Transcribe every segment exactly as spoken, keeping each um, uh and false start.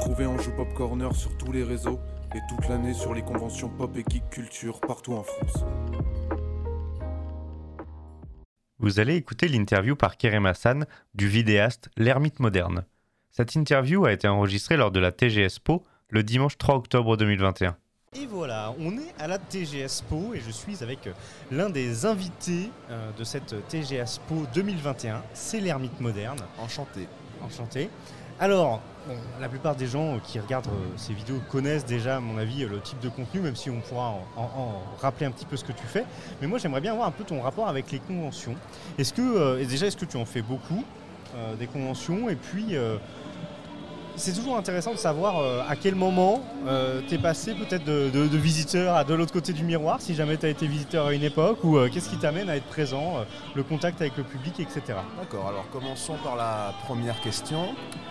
retrouver en Joue Pop Corner sur tous les réseaux et toute l'année sur les conventions pop et geek culture partout en France. Vous allez écouter l'interview par Kerem Hassan du vidéaste L'Ermite Moderne. Cette interview a été enregistrée lors de la T G Expo le dimanche trois octobre deux mille vingt et un. Et voilà, on est à la T G Expo et je suis avec l'un des invités de cette T G Expo deux mille vingt et un, c'est L'Ermite Moderne. Enchanté. Enchanté. Alors, bon, la plupart des gens qui regardent ces vidéos connaissent déjà, à mon avis, le type de contenu, même si on pourra en, en, en rappeler un petit peu ce que tu fais. Mais moi, j'aimerais bien voir un peu ton rapport avec les conventions. Est-ce que, euh, et déjà, est-ce que tu en fais beaucoup, euh, des conventions? Et puis, euh, c'est toujours intéressant de savoir euh, à quel moment euh, tu es passé peut-être de, de, de visiteur à de l'autre côté du miroir, si jamais tu as été visiteur à une époque, ou euh, qu'est-ce qui t'amène à être présent, euh, le contact avec le public, et cetera. D'accord, alors commençons par la première question.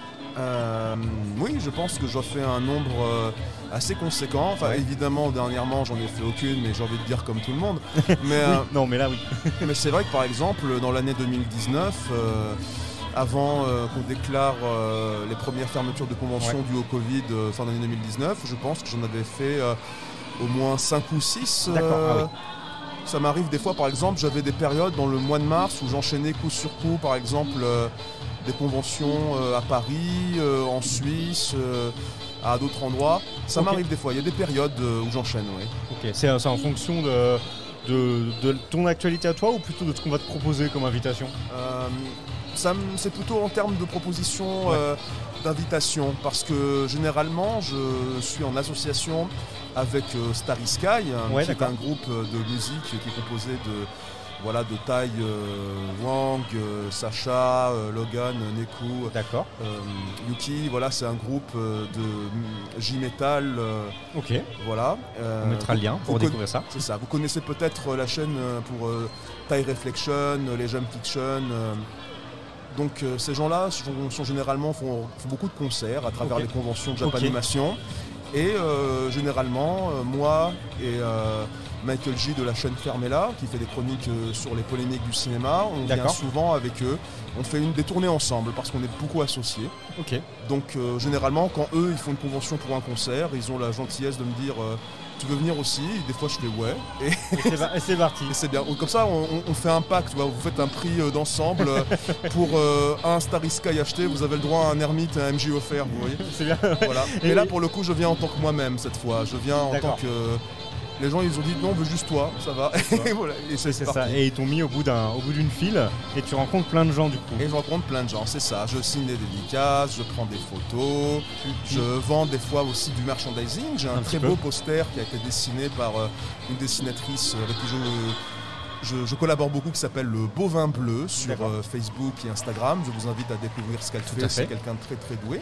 Euh, oui, je pense que j'en fais un nombre euh, assez conséquent. Enfin, ouais. Évidemment, dernièrement, j'en ai fait aucune, mais j'ai envie de dire comme tout le monde. Mais, oui, euh, non, mais là, oui. Mais c'est vrai que, par exemple, dans l'année deux mille dix-neuf, euh, avant euh, qu'on déclare euh, les premières fermetures de conventions ouais. dues au Covid euh, fin d'année deux mille dix-neuf, je pense que j'en avais fait euh, au moins cinq ou six. D'accord, euh, ah oui. Ça m'arrive des fois, par exemple, j'avais des périodes dans le mois de mars où j'enchaînais coup sur coup, par exemple, euh, des conventions euh, à Paris, euh, en Suisse, euh, à d'autres endroits. Ça okay. m'arrive des fois, il y a des périodes euh, où j'enchaîne, oui. Ok, c'est, c'est en fonction de, de, de ton actualité à toi ou plutôt de ce qu'on va te proposer comme invitation? euh, ça, C'est plutôt en termes de propositions ouais. euh, d'invitation, parce que généralement, je suis en association avec euh, Starry Sky, ouais, qui d'accord. est un groupe de musique qui est composé de... Voilà, de taille euh, Wang, euh, Sacha, euh, Logan, Neku, d'accord. Euh, Yuki. Voilà, c'est un groupe euh, de J-Metal. Euh, ok. Voilà. Euh, On mettra le lien pour découvrir ça. C'est ça. Vous connaissez peut-être la chaîne pour euh, Thai Reflection, les Jam Fiction. Euh, donc euh, ces gens-là sont, sont généralement font, font beaucoup de concerts à travers okay. les conventions de Japanimation. Okay. Et euh, généralement, euh, moi et euh, Michael J de la chaîne Fermella, qui fait des chroniques euh, sur les polémiques du cinéma, on D'accord. vient souvent avec eux. On fait une, des tournées ensemble parce qu'on est beaucoup associés. Okay. Donc euh, généralement, quand eux ils font une convention pour un concert, ils ont la gentillesse de me dire euh, tu veux venir aussi? Et des fois je fais ouais. Et, et, c'est, et c'est parti. Et c'est bien. Comme ça, on, on fait un pacte. Tu vois, vous faites un prix euh, d'ensemble pour euh, un Starry Sky acheté, vous avez le droit à un Ermite et un M J offert. Vous voyez. C'est bien. Ouais. Voilà. Et Mais là, pour le coup, je viens en tant que moi-même cette fois. Je viens en D'accord. tant que les gens ils ont dit non, on veut juste toi, ça va. Et voilà, et c'est, c'est ça. Et ils t'ont mis au bout, d'un, au bout d'une file et tu rencontres plein de gens du coup. Et je rencontre plein de gens, c'est ça. Je signe des dédicaces, je prends des photos, mmh. je vends des fois aussi du merchandising. J'ai un, un très beau poster qui a été dessiné par euh, une dessinatrice avec qui je, je, je collabore beaucoup qui s'appelle le Bovin Bleu sur euh, Facebook et Instagram. Je vous invite à découvrir ce qu'elle Tout fait. C'est quelqu'un de très très doué.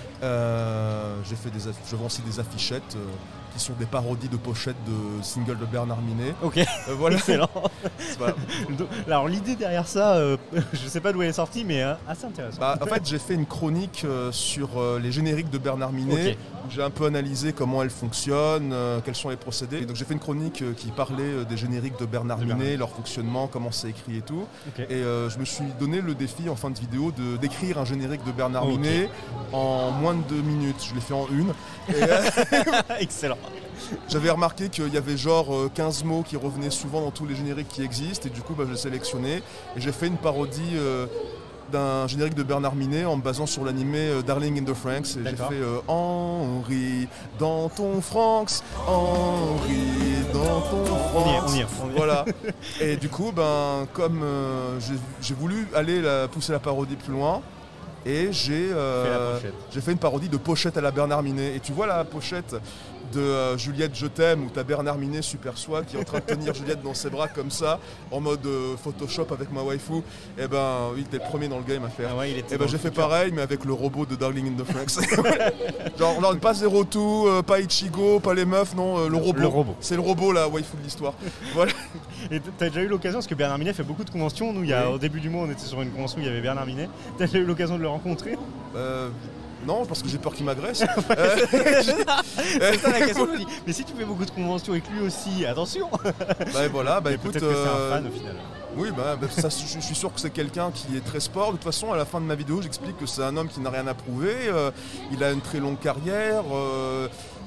Euh, j'ai fait des, je vends aussi des affichettes euh, qui sont des parodies de pochettes de singles de Bernard Minet. Ok, euh, voilà. Excellent. Voilà. Alors l'idée derrière ça, euh, je sais pas d'où elle est sortie, mais euh, assez intéressant. Bah, en fait, j'ai fait une chronique euh, sur euh, les génériques de Bernard Minet, okay. où j'ai un peu analysé comment elles fonctionnent, euh, quels sont les procédés. Et donc j'ai fait une chronique euh, qui parlait euh, des génériques de Bernard de Minet, Bernard. leur fonctionnement, comment c'est écrit et tout. Okay. Et euh, je me suis donné le défi en fin de vidéo de d'écrire un générique de Bernard okay. Minet en moins de deux minutes. Je l'ai fait en une. Et, euh, excellent. J'avais remarqué qu'il y avait genre quinze mots qui revenaient souvent dans tous les génériques qui existent et du coup bah, je l'ai sélectionné et j'ai fait une parodie euh, d'un générique de Bernard Minet en me basant sur l'animé euh, Darling in the Franxx et D'accord. j'ai fait euh, Henri dans ton Franxx, Henri dans ton Franxx. On y est, on y est, on y est. Voilà. Et du coup ben, comme euh, j'ai, j'ai voulu aller la, pousser la parodie plus loin. Et j'ai, euh, fait j'ai fait une parodie de Pochette à la Bernard Minet. Et tu vois la pochette de euh, Juliette Je t'aime où t'as Bernard Minet super soi qui est en train de tenir Juliette dans ses bras comme ça en mode euh, Photoshop avec ma waifu. Et ben oui, t'es le premier dans le game à faire. Ah ouais, et ben j'ai fait pareil mais avec le robot de Darling in the Franxx. Genre non, pas Zero Two, euh, pas Ichigo, pas les meufs, non, euh, le robot. Le robot. C'est le robot la waifu de l'histoire. Voilà. Et t'as déjà eu l'occasion, parce que Bernard Minet fait beaucoup de conventions. Nous, il y a, oui. au début du mois, on était sur une convention où il y avait Bernard Minet. T'as déjà eu l'occasion de le rencontrer? euh, Non, parce que j'ai peur qu'il m'agresse. euh, c'est ça, c'est ça la question. Mais si tu fais beaucoup de conventions et que lui aussi, attention. Bah voilà, bah mais écoute. Peut-être que c'est euh, un fan au final. Oui, bah, bah ça, je, je suis sûr que c'est quelqu'un qui est très sport. De toute façon, à la fin de ma vidéo, j'explique que c'est un homme qui n'a rien à prouver. Euh, il a une très longue carrière. Euh,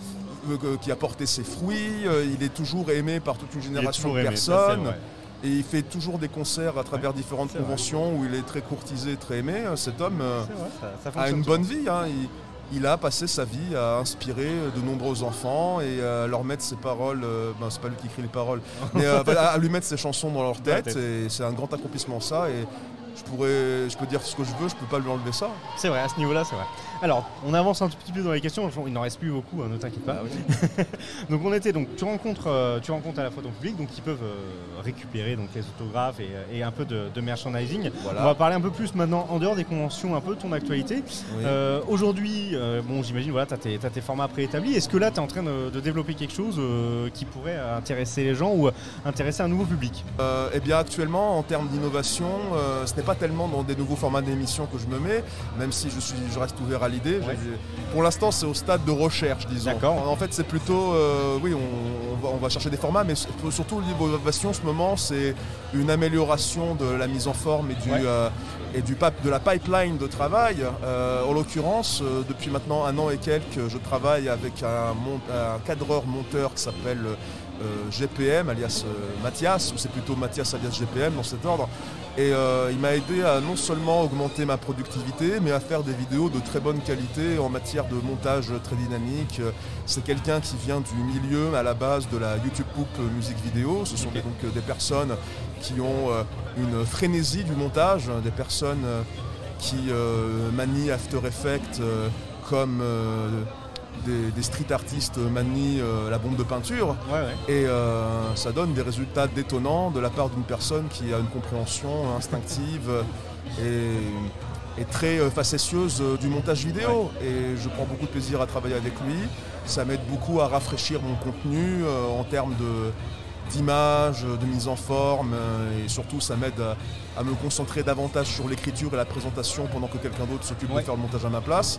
euh, qui a porté ses fruits. Euh, il est toujours aimé par toute une génération de aimé, personnes. Ça, et il fait toujours des concerts à travers ouais, différentes conventions vrai. Où il est très courtisé, très aimé. Cet homme euh, vrai, ça, ça a une bonne vie. Hein. Il, il a passé sa vie à inspirer de nombreux enfants et à leur mettre ses paroles, euh, ben, c'est pas lui qui écrit les paroles, mais euh, à lui mettre ses chansons dans leur tête. tête. Et c'est un grand accomplissement ça. Et je pourrais, je peux dire ce que je veux, je peux pas lui enlever ça. C'est vrai, à ce niveau-là, c'est vrai. Alors, on avance un tout petit peu dans les questions. Il n'en reste plus beaucoup, hein, ne t'inquiète pas. Ah oui. donc, on était donc, tu rencontres, euh, tu rencontres à la fois ton public, donc ils peuvent euh, récupérer donc les autographes et, et un peu de, de merchandising. Voilà. On va parler un peu plus maintenant en dehors des conventions, un peu de ton actualité. Oui. Euh, aujourd'hui, euh, bon, j'imagine, voilà, tu as tes, t'as tes formats préétablis. Est-ce que là, tu es en train de, de développer quelque chose euh, qui pourrait intéresser les gens ou intéresser un nouveau public? euh, Eh bien, actuellement, en termes d'innovation, euh, ce n'est pas tellement dans des nouveaux formats d'émissions que je me mets, même si je, suis, je reste ouvert à l'idée. Ouais. Pour l'instant, c'est au stade de recherche, disons. D'accord. En fait, c'est plutôt, euh, oui, on, on, va, on va chercher des formats, mais surtout l'innovation en ce moment, c'est une amélioration de la mise en forme et du, ouais. euh, et du de la pipeline de travail. Euh, en l'occurrence, euh, depuis maintenant un an et quelques, je travaille avec un, un cadreur-monteur qui s'appelle euh, G P M, alias euh, Mathias, ou c'est plutôt Mathias alias G P M dans cet ordre. Et euh, il m'a aidé à non seulement augmenter ma productivité, mais à faire des vidéos de très bonne qualité en matière de montage très dynamique. C'est quelqu'un qui vient du milieu à la base de la YouTube Poop musique vidéo. Ce sont okay. donc des personnes qui ont euh, une frénésie du montage, des personnes euh, qui euh, manient After Effects euh, comme euh, des, des street artistes manient euh, la bombe de peinture. Ouais, ouais. Et euh, ça donne des résultats détonnants de la part d'une personne qui a une compréhension instinctive et, et très euh, facétieuse euh, du montage vidéo. Ouais. Et je prends beaucoup de plaisir à travailler avec lui. Ça m'aide beaucoup à rafraîchir mon contenu euh, en termes de d'image, de mise en forme euh, et surtout ça m'aide à, à me concentrer davantage sur l'écriture et la présentation pendant que quelqu'un d'autre s'occupe ouais. de faire le montage à ma place.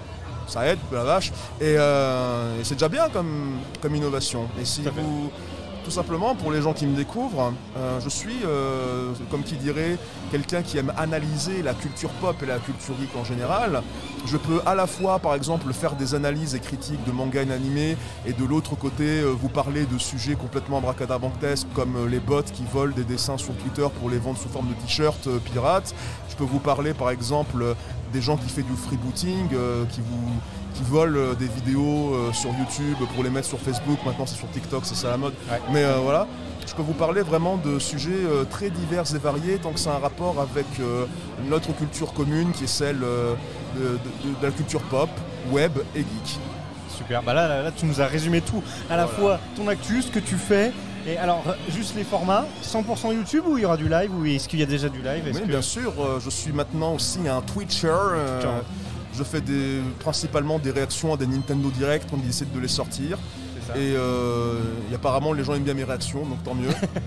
Ça aide, la vache, et, euh, et c'est déjà bien comme, comme innovation. Et si vous, tout simplement, pour les gens qui me découvrent, euh, je suis, euh, comme qui dirait, quelqu'un qui aime analyser la culture pop et la culture geek en général. Je peux à la fois, par exemple, faire des analyses et critiques de mangas animés et de l'autre côté, euh, vous parler de sujets complètement abracadabrantesques comme euh, les bots qui volent des dessins sur Twitter pour les vendre sous forme de t-shirts euh, pirates. Je peux vous parler, par exemple, euh, des gens qui font du freebooting, euh, qui vous... qui volent euh, des vidéos euh, sur YouTube pour les mettre sur Facebook, maintenant c'est sur TikTok, c'est ça la mode. Ouais. Mais euh, voilà, je peux vous parler vraiment de sujets euh, très divers et variés, tant que c'est un rapport avec euh, notre culture commune qui est celle euh, de, de, de la culture pop, web et geek. Super, bah là, là, là tu nous as résumé tout, à la voilà. fois ton actu, ce que tu fais. Et alors, juste les formats, cent pour cent YouTube ou il y aura du live ou est-ce qu'il y a déjà du live? Oui, que... bien sûr, euh, je suis maintenant aussi un Twitcher. Euh, Je fais des, principalement des réactions à des Nintendo Direct quand ils essaient de les sortir. Et, euh, et apparemment les gens aiment bien mes réactions, donc tant mieux.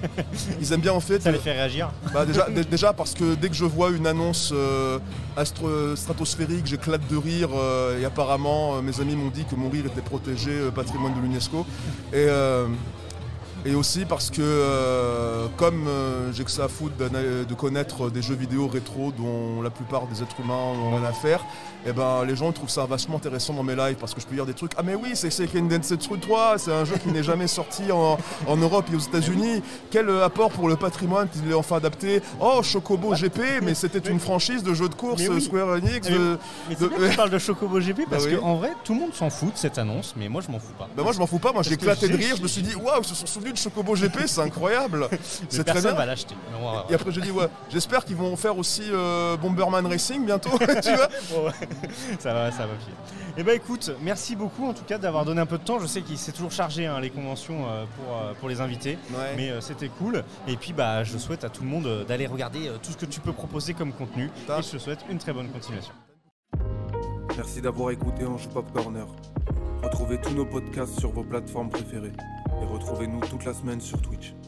Ils aiment bien en fait. Ça les fait réagir. Bah déjà, d- déjà parce que dès que je vois une annonce euh, astro- stratosphérique, j'éclate de rire. Euh, et apparemment, euh, mes amis m'ont dit que mon rire était protégé euh, patrimoine de l'UNESCO. Et euh, Et aussi parce que euh, comme euh, j'ai que ça à foutre de connaître des jeux vidéo rétro dont la plupart des êtres humains ont rien à faire, et ben les gens trouvent ça vachement intéressant dans mes lives parce que je peux dire des trucs. Ah mais oui, c'est Seiken Densetsu trois, c'est un jeu qui n'est jamais sorti en, en Europe et aux États-Unis. Quel euh, apport pour le patrimoine qu'il est enfin adapté. Oh, Chocobo G P, mais c'était une franchise de jeux de course oui. Square Enix. Mais, de, mais c'est de... bien que tu parles de Chocobo G P parce bah oui. qu'en vrai, tout le monde s'en fout de cette annonce, mais moi je m'en fous pas. Bah moi je m'en fous pas, moi j'ai éclaté de rire, je me suis dit waouh, ils se sont souvenus de Chocobo G P, c'est incroyable. C'est très bien. Va l'acheter. Et après j'ai dit ouais, j'espère qu'ils vont faire aussi euh, Bomberman Racing bientôt, tu vois. Oh, ouais. Ça va, ça va pied. Et bah écoute, merci beaucoup en tout cas d'avoir donné un peu de temps. Je sais qu'il s'est toujours chargé hein, les conventions euh, pour, euh, pour les invités, ouais. mais euh, c'était cool. Et puis bah je souhaite à tout le monde euh, d'aller regarder euh, tout ce que tu peux proposer comme contenu. Ta. Et je te souhaite une très bonne continuation. Merci d'avoir écouté Ange Pop Corner. Retrouvez tous nos podcasts sur vos plateformes préférées et retrouvez-nous toute la semaine sur Twitch.